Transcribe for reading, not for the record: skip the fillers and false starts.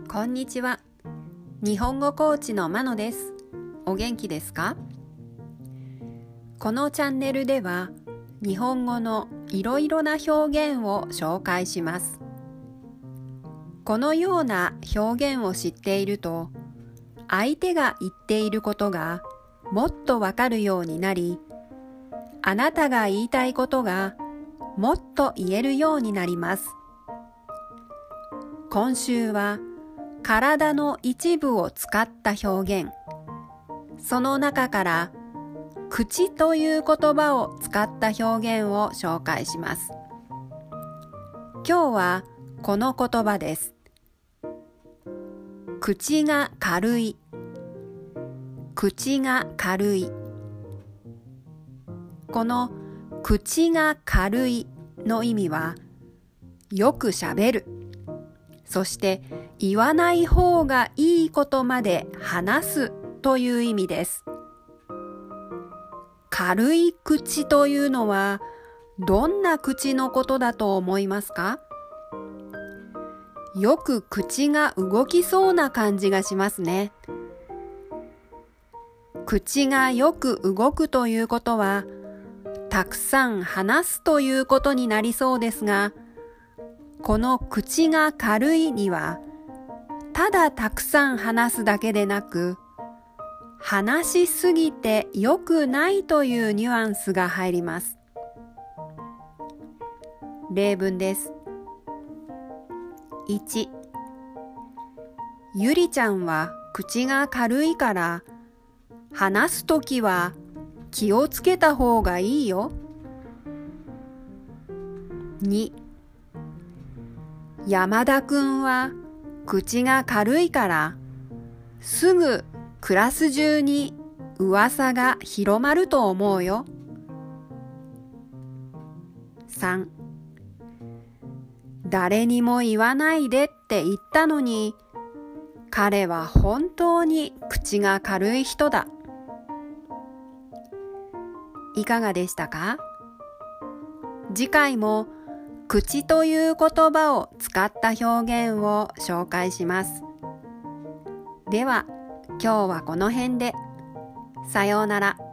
こんにちは。日本語コーチのまのです。お元気ですか？このチャンネルでは日本語のいろいろな表現を紹介します。このような表現を知っていると、相手が言っていることがもっとわかるようになり、あなたが言いたいことがもっと言えるようになります。今週は体の一部を使った表現、その中から口という言葉を使った表現を紹介します。今日はこの言葉です。口が軽い、口が軽い。この口が軽いの意味は、よくしゃべる。そして言わない方がいいことまで話すという意味です。軽い口というのはどんな口のことだと思いますか？よく口が動きそうな感じがしますね。口がよく動くということは、たくさん話すということになりそうですが、この口が軽いには、ただたくさん話すだけでなく、話しすぎて良くないというニュアンスが入ります。例文です。1、ゆりちゃんは口が軽いから、話すときは気をつけた方がいいよ。2、山田くんは口が軽いからすぐクラス中に噂が広まると思うよ。3、誰にも言わないでって言ったのに、彼は本当に口が軽い人だ。いかがでしたか？次回も口という言葉を使った表現を紹介します。では、今日はこの辺で。さようなら。